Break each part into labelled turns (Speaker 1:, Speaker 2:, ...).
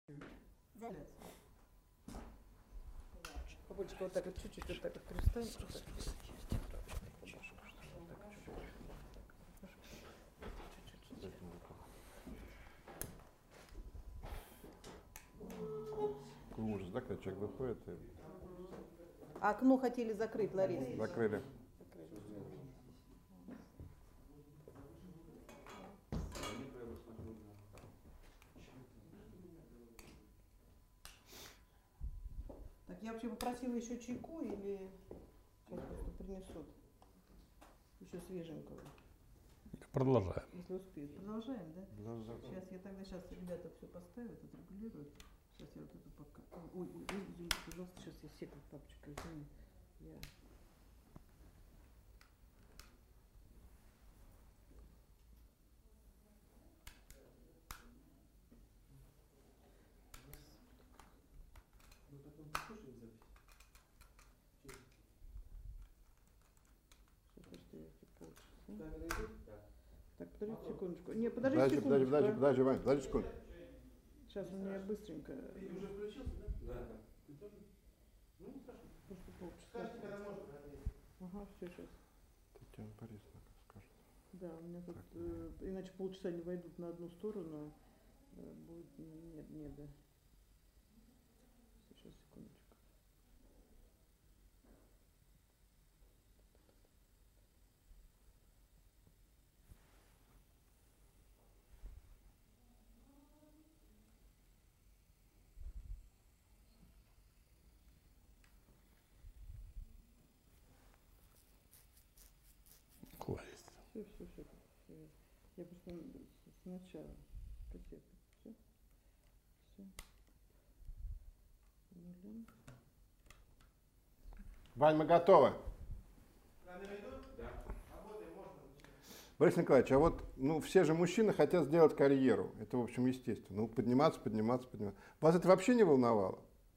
Speaker 1: Побольше вот так вот чуть-чуть вот так вот крестаем.
Speaker 2: Ужас, да, когда человек выходит и...
Speaker 1: Окно хотели закрыть, Лариса.
Speaker 2: Закрыли.
Speaker 1: Так, я вообще попросила еще чайку или сейчас просто принесут еще свеженького.
Speaker 3: Продолжаем.
Speaker 1: Если успеют. Продолжаем, да?
Speaker 2: Продолжаем.
Speaker 1: Сейчас ребята все поставят, отрегулируют. Сейчас я вот это пока. Ой, извините, пожалуйста, сейчас я секу, папочка, извини. Я... Так, подождите секундочку. Не, подождите секундочку.
Speaker 2: Подожди, Вань, подожди секунду.
Speaker 1: Сейчас у меня быстренько.
Speaker 4: Ты уже включился, да? Да. Ты тоже? Ну, не страшно.
Speaker 1: Просто полчаса.
Speaker 4: Скажите, когда можно продлить.
Speaker 1: Ага, все, сейчас.
Speaker 2: Татьяна Борисовна скажет.
Speaker 1: Да, у меня тут, иначе полчаса не войдут на одну сторону. Будет, нет, да. Сейчас, секундочку.
Speaker 3: Хвалится.
Speaker 1: Все. Я просто сначала кассету. Все.
Speaker 2: Вань, мы готовы.
Speaker 4: Камера идут? Да. Работаем, можно.
Speaker 2: Борис Николаевич, а вот все же мужчины хотят сделать карьеру. Это, в общем, естественно. Ну, подниматься. Вас это вообще не волновало?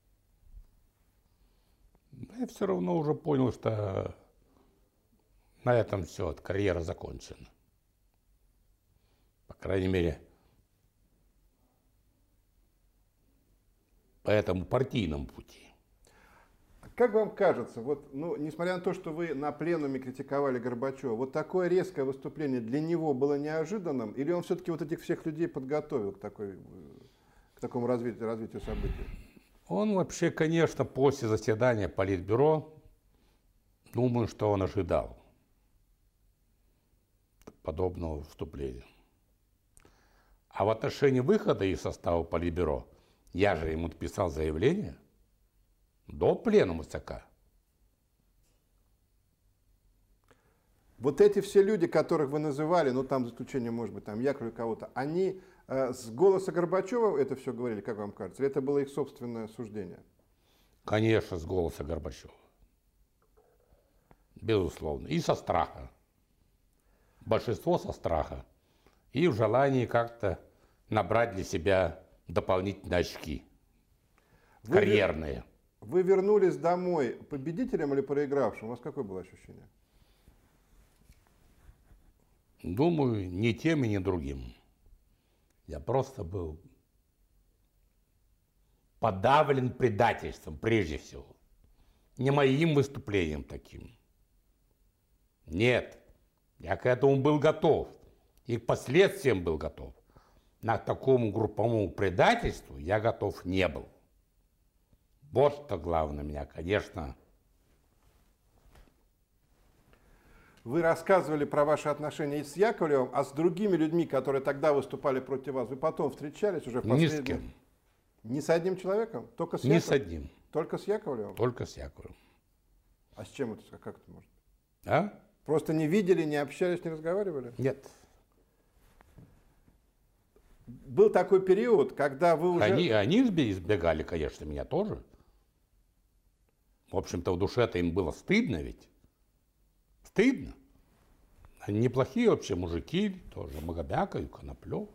Speaker 3: Я все равно уже понял, что на этом все, карьера закончена. По крайней мере, по этому партийному пути.
Speaker 2: Как вам кажется, несмотря на то, что вы на пленуме критиковали Горбачева, вот такое резкое выступление для него было неожиданным, или он все-таки вот этих всех людей подготовил к такому развитию событий?
Speaker 3: Он вообще, конечно, после заседания Политбюро, думаю, что он ожидал подобного выступления. А в отношении выхода из состава Политбюро, я же ему писал заявление до пленума ЦК.
Speaker 2: Вот эти все люди, которых вы называли, там за исключением, может быть, там Яковлева кого-то, они с голоса Горбачева это все говорили, как вам кажется? Или это было их собственное суждение?
Speaker 3: Конечно, с голоса Горбачева. Безусловно. И со страха. Большинство со страха. И в желании как-то набрать для себя дополнительные очки. Карьерные.
Speaker 2: Вы вернулись домой победителем или проигравшим? У вас какое было ощущение?
Speaker 3: Думаю, ни тем и ни другим. Я просто был подавлен предательством, прежде всего. Не моим выступлением таким. Нет, я к этому был готов. И к последствиям был готов. На такому групповому предательству я готов не был. Вот что главное меня, конечно.
Speaker 2: Вы рассказывали про ваши отношения и с Яковлевым, а с другими людьми, которые тогда выступали против вас, вы потом встречались уже в последнем?
Speaker 3: Ни с кем.
Speaker 2: Ни с одним человеком? Только с
Speaker 3: Ни
Speaker 2: Яковлевым?
Speaker 3: с одним.
Speaker 2: Только с Яковлевым?
Speaker 3: Только с Яковлевым.
Speaker 2: А с чем это? Как это может быть?
Speaker 3: А?
Speaker 2: Просто не видели, не общались, не разговаривали?
Speaker 3: Нет.
Speaker 2: Был такой период, когда вы уже...
Speaker 3: Они избегали, конечно, меня тоже. В общем-то, в душе-то им было стыдно ведь. Стыдно. Они неплохие вообще мужики, тоже Магомяков, Коноплев.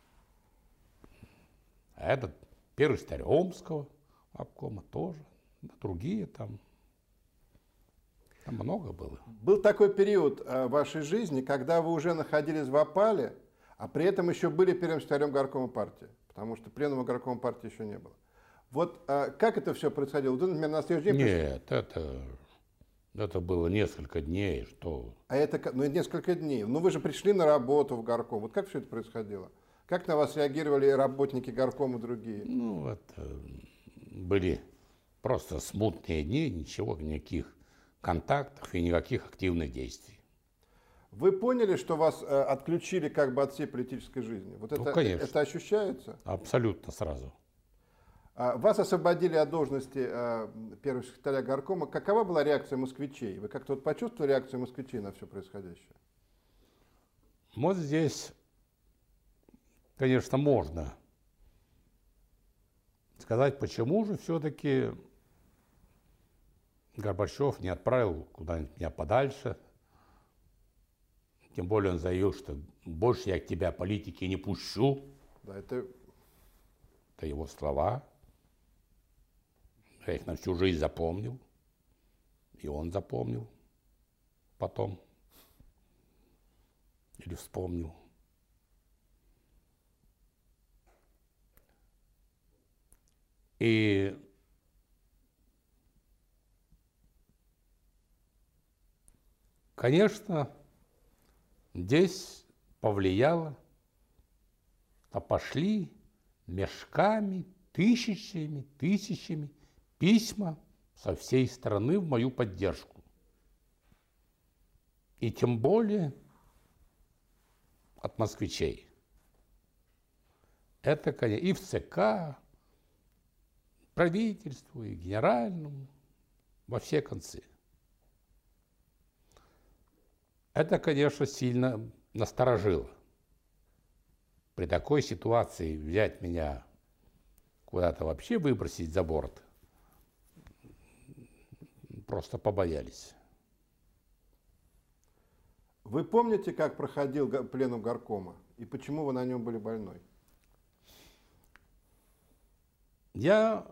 Speaker 3: А этот первый Стареомского обкома тоже. Да, другие там. Там много было.
Speaker 2: Был такой период в вашей жизни, когда вы уже находились в опале, а при этом еще были первым секретарем горкома партии. потому что пленума горкома партии еще не было. Вот как это все происходило? Вы, например, на следующий день...
Speaker 3: Нет, это было несколько дней, что...
Speaker 2: А это, ну, несколько дней. Ну, вы же пришли на работу в горком. Вот как все это происходило? Как на вас реагировали работники горкома и другие?
Speaker 3: Ну, это были просто смутные дни, ничего, никаких контактов и никаких активных действий.
Speaker 2: Вы поняли, что вас отключили как бы от всей политической жизни? Вот
Speaker 3: Ну,
Speaker 2: это,
Speaker 3: конечно.
Speaker 2: это ощущается?
Speaker 3: Абсолютно сразу.
Speaker 2: Вас освободили от должности первого секретаря горкома. Какова была реакция москвичей? Вы как-то вот почувствовали реакцию москвичей на все происходящее?
Speaker 3: Вот здесь, конечно, можно сказать, почему же все-таки Горбачев не отправил куда-нибудь меня подальше. Тем более он заявил, что больше я к тебя политики не пущу.
Speaker 2: Да, это
Speaker 3: его слова. Я их на всю жизнь запомнил. И он запомнил потом. Или вспомнил. И конечно, здесь повлияло, а пошли мешками, тысячами письма со всей страны в мою поддержку. И тем более от москвичей. Это, конечно, и в ЦК, правительству, и генеральному, во все концы. Это, конечно, сильно насторожило. При такой ситуации взять меня куда-то вообще выбросить за борт просто побоялись.
Speaker 2: Вы помните, как проходил пленум горкома? И почему вы на нем были больной?
Speaker 3: Я,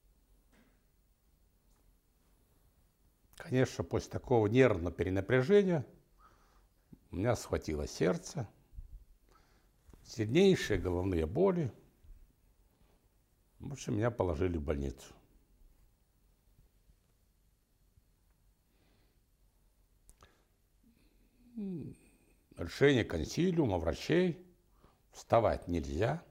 Speaker 3: конечно, после такого нервного перенапряжения у меня схватило сердце, сильнейшие головные боли. В общем, меня положили в больницу. Решение консилиума, врачей, вставать нельзя.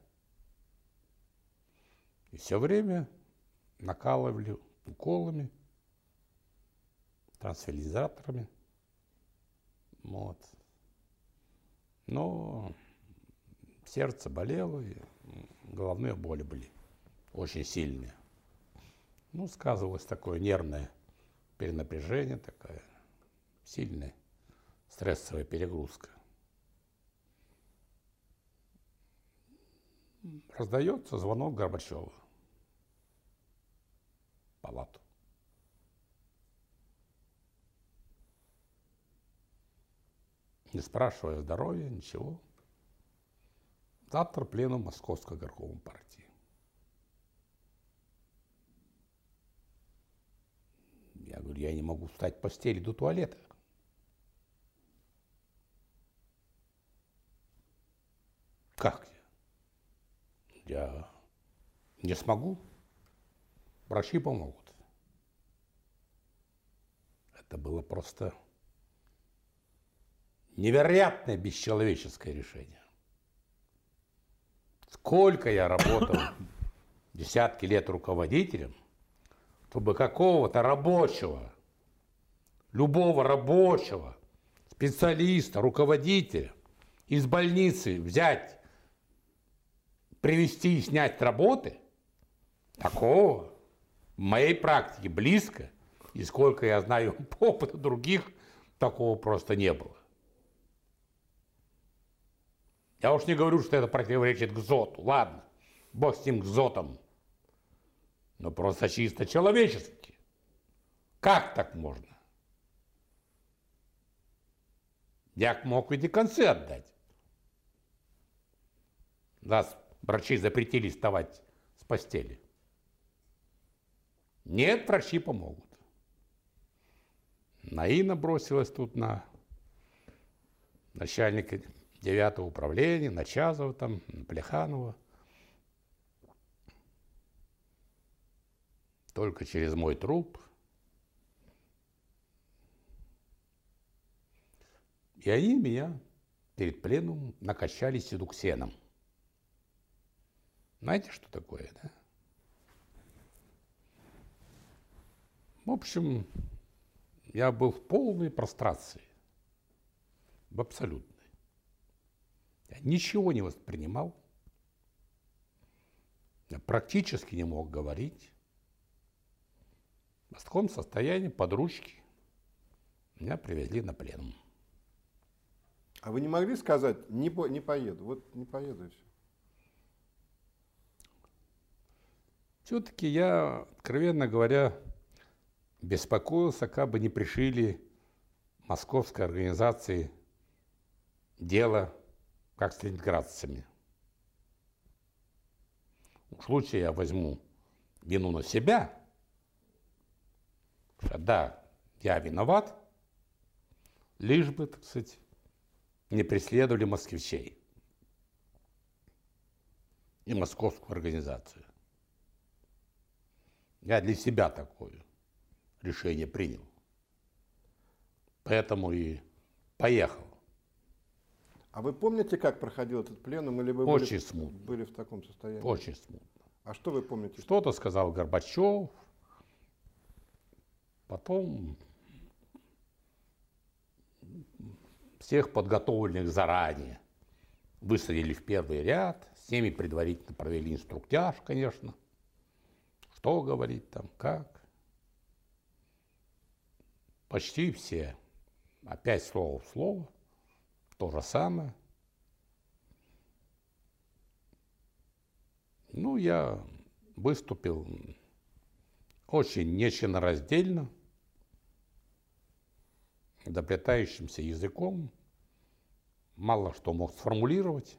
Speaker 3: И все время накалывали уколами, трансферилизаторами. Вот. Но сердце болело, и головные боли были очень сильные. Ну, сказывалось такое нервное перенапряжение, такая сильная стрессовая перегрузка. Раздается звонок Горбачева в палату. Не спрашивая здоровья, ничего. Завтра пленум Московской горкома партии. Я говорю, я не могу встать в постели до туалета. Как я? Я не смогу. Врачи помогут. Это было просто невероятное бесчеловеческое решение. Сколько я работал десятки лет руководителем, чтобы какого-то рабочего, любого рабочего, специалиста, руководителя из больницы взять, привести и снять с работы, такого в моей практике близко, и сколько я знаю по опыту других, такого просто не было. Я уж не говорю, что это противоречит ГЗОТу, ладно, бог с ним ГЗОТом, но просто чисто человечески. Как так можно? Я мог ведь и концы отдать. Нас врачи запретили вставать с постели. Нет, врачи помогут. Наина бросилась тут на начальника 9-го управления, на Чазова, там, на Плеханова. только через мой труп. И они меня перед пленумом накачали седуксеном. Знаете, что такое, да? В общем, я был в полной прострации, в абсолютной. Я ничего не воспринимал, я практически не мог говорить. В таком состоянии под ручки меня привезли на пленум.
Speaker 2: А вы не могли сказать, не поеду, вот не поеду и все?
Speaker 3: Все-таки я, откровенно говоря, беспокоился, как бы не пришили московской организации дело, как с ленинградцами. В случае я возьму вину на себя, что да, я виноват, лишь бы, так сказать, не преследовали москвичей и московскую организацию. Я для себя такое решение принял. Поэтому и поехал.
Speaker 2: А вы помните, как проходил этот пленум, или вы
Speaker 3: Очень смутно.
Speaker 2: были в таком состоянии?
Speaker 3: Очень смутно.
Speaker 2: А что вы помните?
Speaker 3: Что-то сказал Горбачев, потом всех подготовленных заранее высадили в первый ряд, с ними предварительно провели инструктаж, конечно, что говорить там, как. Почти все, опять слово в слово, то же самое. Ну, я выступил очень нечленораздельно, заплетающимся языком, мало что мог сформулировать.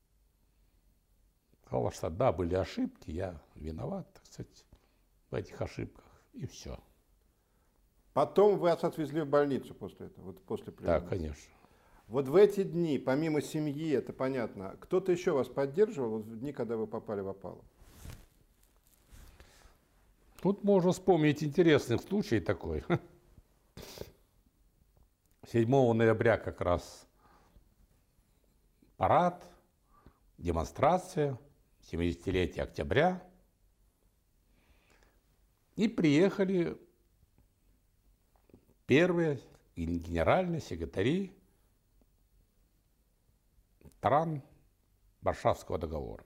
Speaker 3: Сказал, что да, были ошибки, я виноват, так сказать, в этих ошибках, и все.
Speaker 2: Потом вас отвезли в больницу после этого, вот после пленума?
Speaker 3: Да, конечно.
Speaker 2: Вот в эти дни, помимо семьи, это понятно, кто-то еще вас поддерживал вот в дни, когда вы попали в опалу?
Speaker 3: Тут можно вспомнить интересный случай такой. 7 ноября как раз парад, демонстрация, 70-летие октября. И приехали первые генеральные секретари стран Варшавского договора.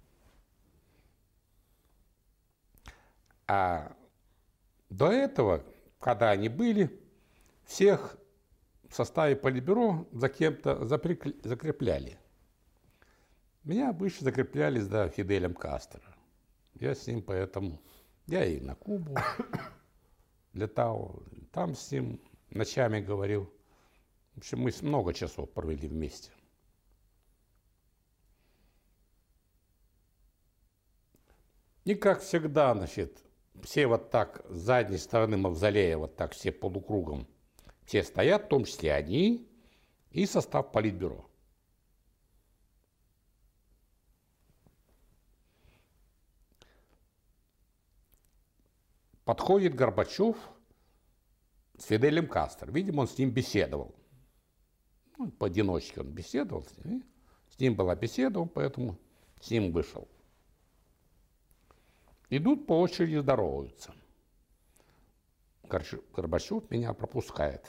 Speaker 3: А до этого, когда они были, всех в составе Политбюро за кем-то закрепляли. Меня обычно закрепляли за Фиделем Кастро. Я с ним поэтому... Я и на Кубу летал, там с ним ночами говорил. В общем, мы много часов провели вместе. И как всегда, значит, все вот так с задней стороны мавзолея, вот так все полукругом, все стоят, в том числе они и состав Политбюро. Подходит Горбачев с Фиделем Кастро. Видимо, он с ним беседовал. Ну, поодиночке он беседовал с ним. С ним была беседа, он поэтому с ним вышел. Идут по очереди, здороваются. Горбачев меня пропускает.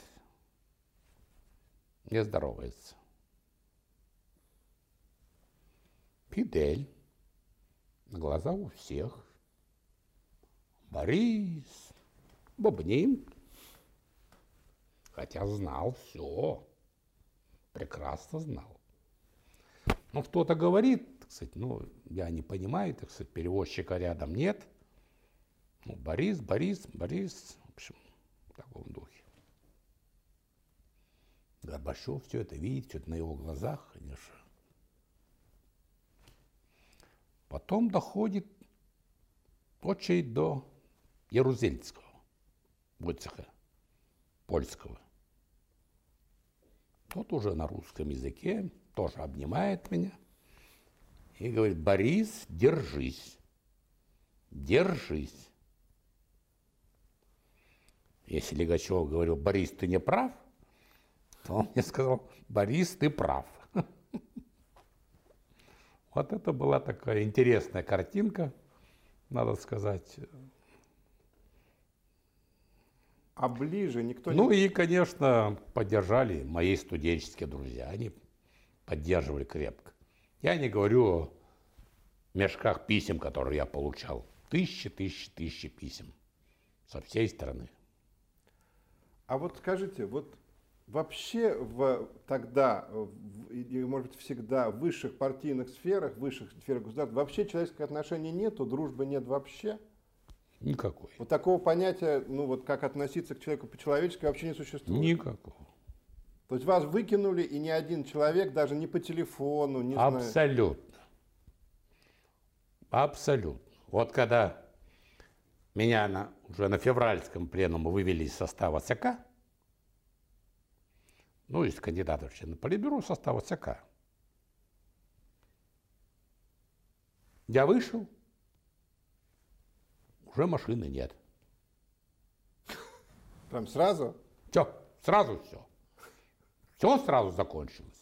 Speaker 3: Не здоровается. Фидель на глаза у всех. Борис бубнит. Хотя знал все. Прекрасно знал. Но кто-то говорит, так сказать, ну, я не понимаю, так сказать, переводчика рядом нет. Ну, Борис, в общем, в таком духе. Горбачев все это видит, все это на его глазах, конечно. Потом доходит очередь до Ярузельского, Войцеха, польского. Тот уже на русском языке тоже обнимает меня и говорит: Борис, держись, держись. Если Лигачев говорил: Борис, ты не прав, то он мне сказал: Борис, ты прав. Вот это была такая интересная картинка, надо сказать.
Speaker 2: А ближе никто
Speaker 3: Ну
Speaker 2: не...
Speaker 3: и, конечно, поддержали мои студенческие друзья. Они поддерживали крепко. Я не говорю о мешках писем, которые я получал. Тысячи писем со всей страны.
Speaker 2: А вот скажите, вот вообще тогда, и, может быть, всегда в высших партийных сферах, в высших сферах государства вообще человеческих отношений нету, дружбы нет вообще?
Speaker 3: Никакой.
Speaker 2: Вот такого понятия, ну вот как относиться к человеку по-человечески, вообще не существует.
Speaker 3: Никакого.
Speaker 2: То есть вас выкинули, и ни один человек, даже не по телефону, не знаю.
Speaker 3: Абсолютно. Абсолютно. Вот когда меня уже на февральском пленуме вывели из состава ЦК, ну, из кандидатов в члены Политбюро состава ЦК, я вышел, уже машины нет.
Speaker 2: Прям сразу?
Speaker 3: Все, сразу все. Все сразу закончилось.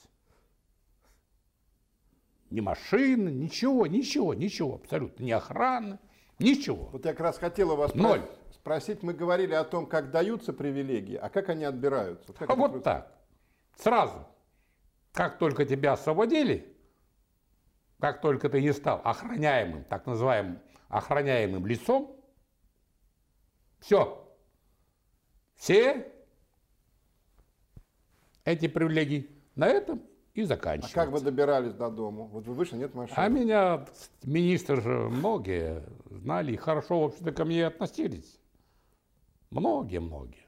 Speaker 3: Ни машины, ничего, абсолютно. Ни охраны, ничего.
Speaker 2: Вот я как раз хотел у вас
Speaker 3: Ноль.
Speaker 2: спросить, мы говорили о том, как даются привилегии, а как они отбираются. Как
Speaker 3: А
Speaker 2: это
Speaker 3: вот
Speaker 2: происходит?
Speaker 3: так. Сразу. Как только тебя освободили, как только ты не стал охраняемым, так называемым охраняемым лицом, все. Все эти привилегии на этом и
Speaker 2: А
Speaker 3: заканчиваются.
Speaker 2: как вы добирались до дома? Вот вы вышли, нет машины.
Speaker 3: А меня министры же многие знали и хорошо, в общем-то, ко мне относились. Многие.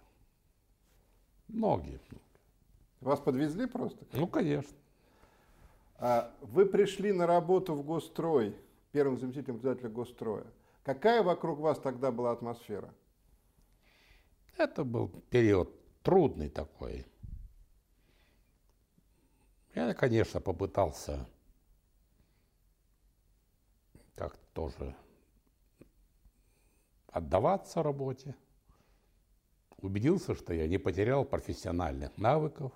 Speaker 2: Вас подвезли просто?
Speaker 3: Ну, конечно.
Speaker 2: Вы пришли на работу в Госстрой, первым заместителем председателя Госстроя. Какая вокруг вас тогда была атмосфера?
Speaker 3: Это был период трудный такой. Я, конечно, попытался как-то тоже отдаваться работе. Убедился, что я не потерял профессиональных навыков.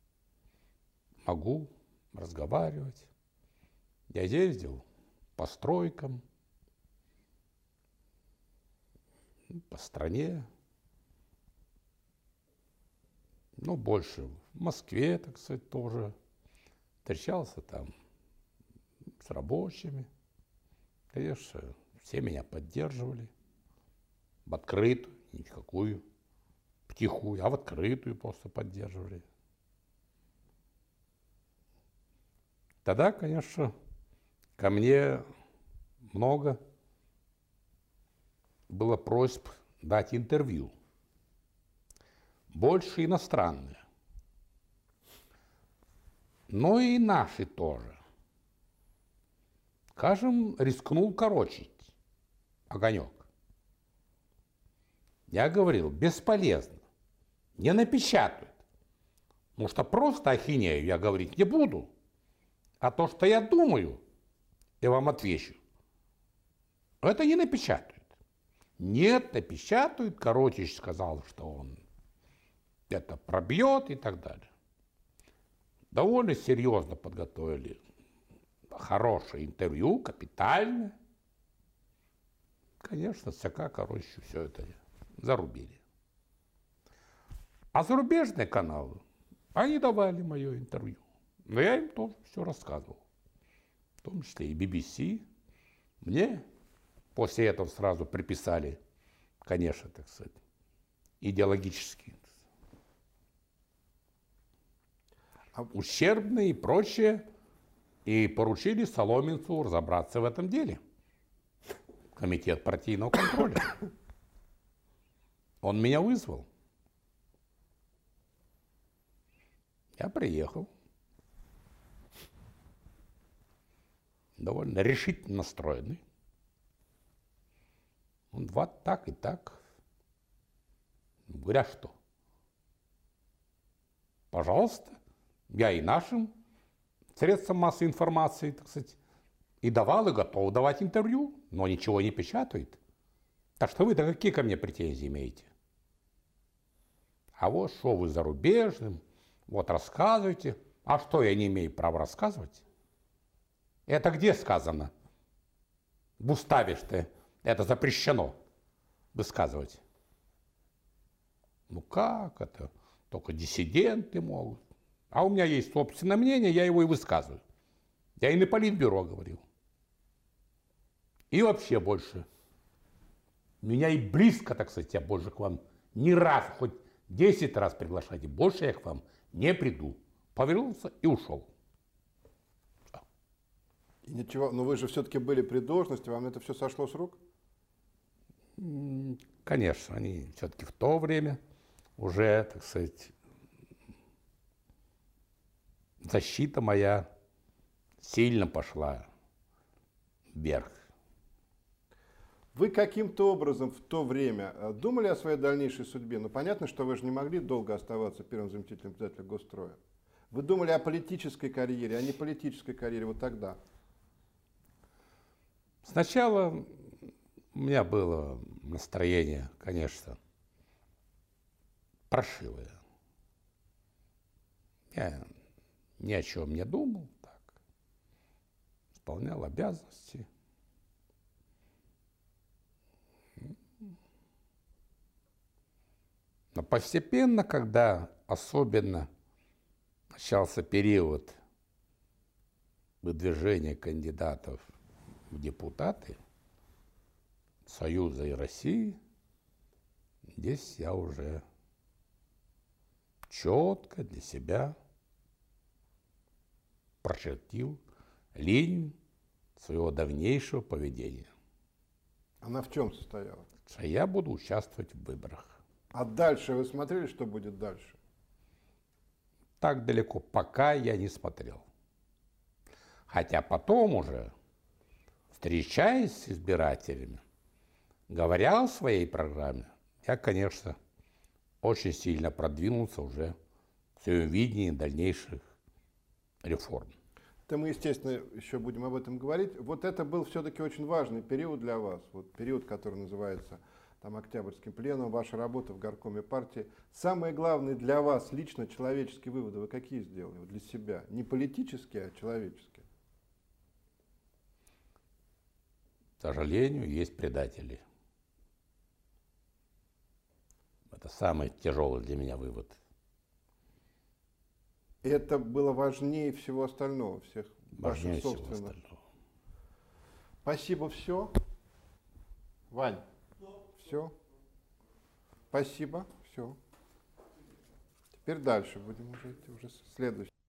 Speaker 3: Могу разговаривать. Я ездил по стройкам, по стране. Ну, больше в Москве, так сказать, тоже. Встречался там с рабочими. Конечно, все меня поддерживали. В открытую, не в какую, втихую, а в открытую просто поддерживали. Тогда, конечно, ко мне много было просьб дать интервью. Больше иностранные. Но и наши тоже. Скажем, рискнул корочить огонек. Я говорил, бесполезно, не напечатают. Потому что просто ахинею я говорить не буду. А то, что я думаю, я вам отвечу, это не напечатают. Нет, напечатают. Коротич сказал, что он это пробьет и так далее. Довольно серьезно подготовили хорошее интервью, капитальное. Конечно, ЦК, короче, все это зарубили. А зарубежные каналы, они давали мое интервью. Но я им тоже все рассказывал. В том числе и BBC. Мне после этого сразу приписали, конечно, так сказать, идеологические ущербные и прочее, и поручили Соломенцу разобраться в этом деле. Комитет партийного контроля. Он меня вызвал. Я приехал. Довольно решительно настроенный. Он вот так и так. Говоря, что? Пожалуйста. Я и нашим средствам массовой информации, так сказать, и давал, и готов давать интервью, но ничего не печатает. Так что вы-то какие ко мне претензии имеете? А вот что вы зарубежным, вот рассказывайте. А что я не имею права рассказывать? Это где сказано? В уставе что это запрещено высказывать. Ну как это? Только диссиденты могут. А у меня есть собственное мнение, я его и высказываю. Я и на политбюро говорил. И вообще больше. Меня и близко, так сказать, я больше к вам ни раз, хоть 10 раз приглашайте, больше я к вам не приду. Повернулся и ушел.
Speaker 2: И ничего, но вы же все-таки были при должности, вам это все сошло с рук?
Speaker 3: Конечно, они все-таки в то время уже, так сказать, защита моя сильно пошла вверх.
Speaker 2: Вы каким-то образом в то время думали о своей дальнейшей судьбе? Ну, понятно, что вы же не могли долго оставаться первым заместителем председателя Госстроя. Вы думали о политической карьере, а не политической карьере вот тогда?
Speaker 3: Сначала у меня было настроение, конечно, паршивое. Я ни о чем не думал, так, исполнял обязанности. Но постепенно, когда особенно начался период выдвижения кандидатов в депутаты Союза и России, здесь я уже четко для себя прочертил линию своего дальнейшего поведения.
Speaker 2: Она в чем состояла?
Speaker 3: Что я буду участвовать в выборах.
Speaker 2: А дальше вы смотрели, что будет дальше?
Speaker 3: Так далеко пока я не смотрел. Хотя потом уже, встречаясь с избирателями, говоря о своей программе, я, конечно, очень сильно продвинулся уже в своем видении дальнейших реформ.
Speaker 2: Это мы, естественно, еще будем об этом говорить. Вот это был все-таки очень важный период для вас. Вот период, который называется там Октябрьским пленумом, ваша работа в горкоме партии. Самое главное для вас лично человеческие выводы вы какие сделали вот для себя? Не политические, а человеческие.
Speaker 3: К сожалению, есть предатели. Это самый тяжелый для меня вывод.
Speaker 2: И это было важнее всего остального, всех
Speaker 3: Важнее
Speaker 2: ваших
Speaker 3: всего
Speaker 2: собственных.
Speaker 3: остального.
Speaker 2: Спасибо, все. Вань, все. Спасибо, все. Теперь дальше будем уже идти, уже следующий.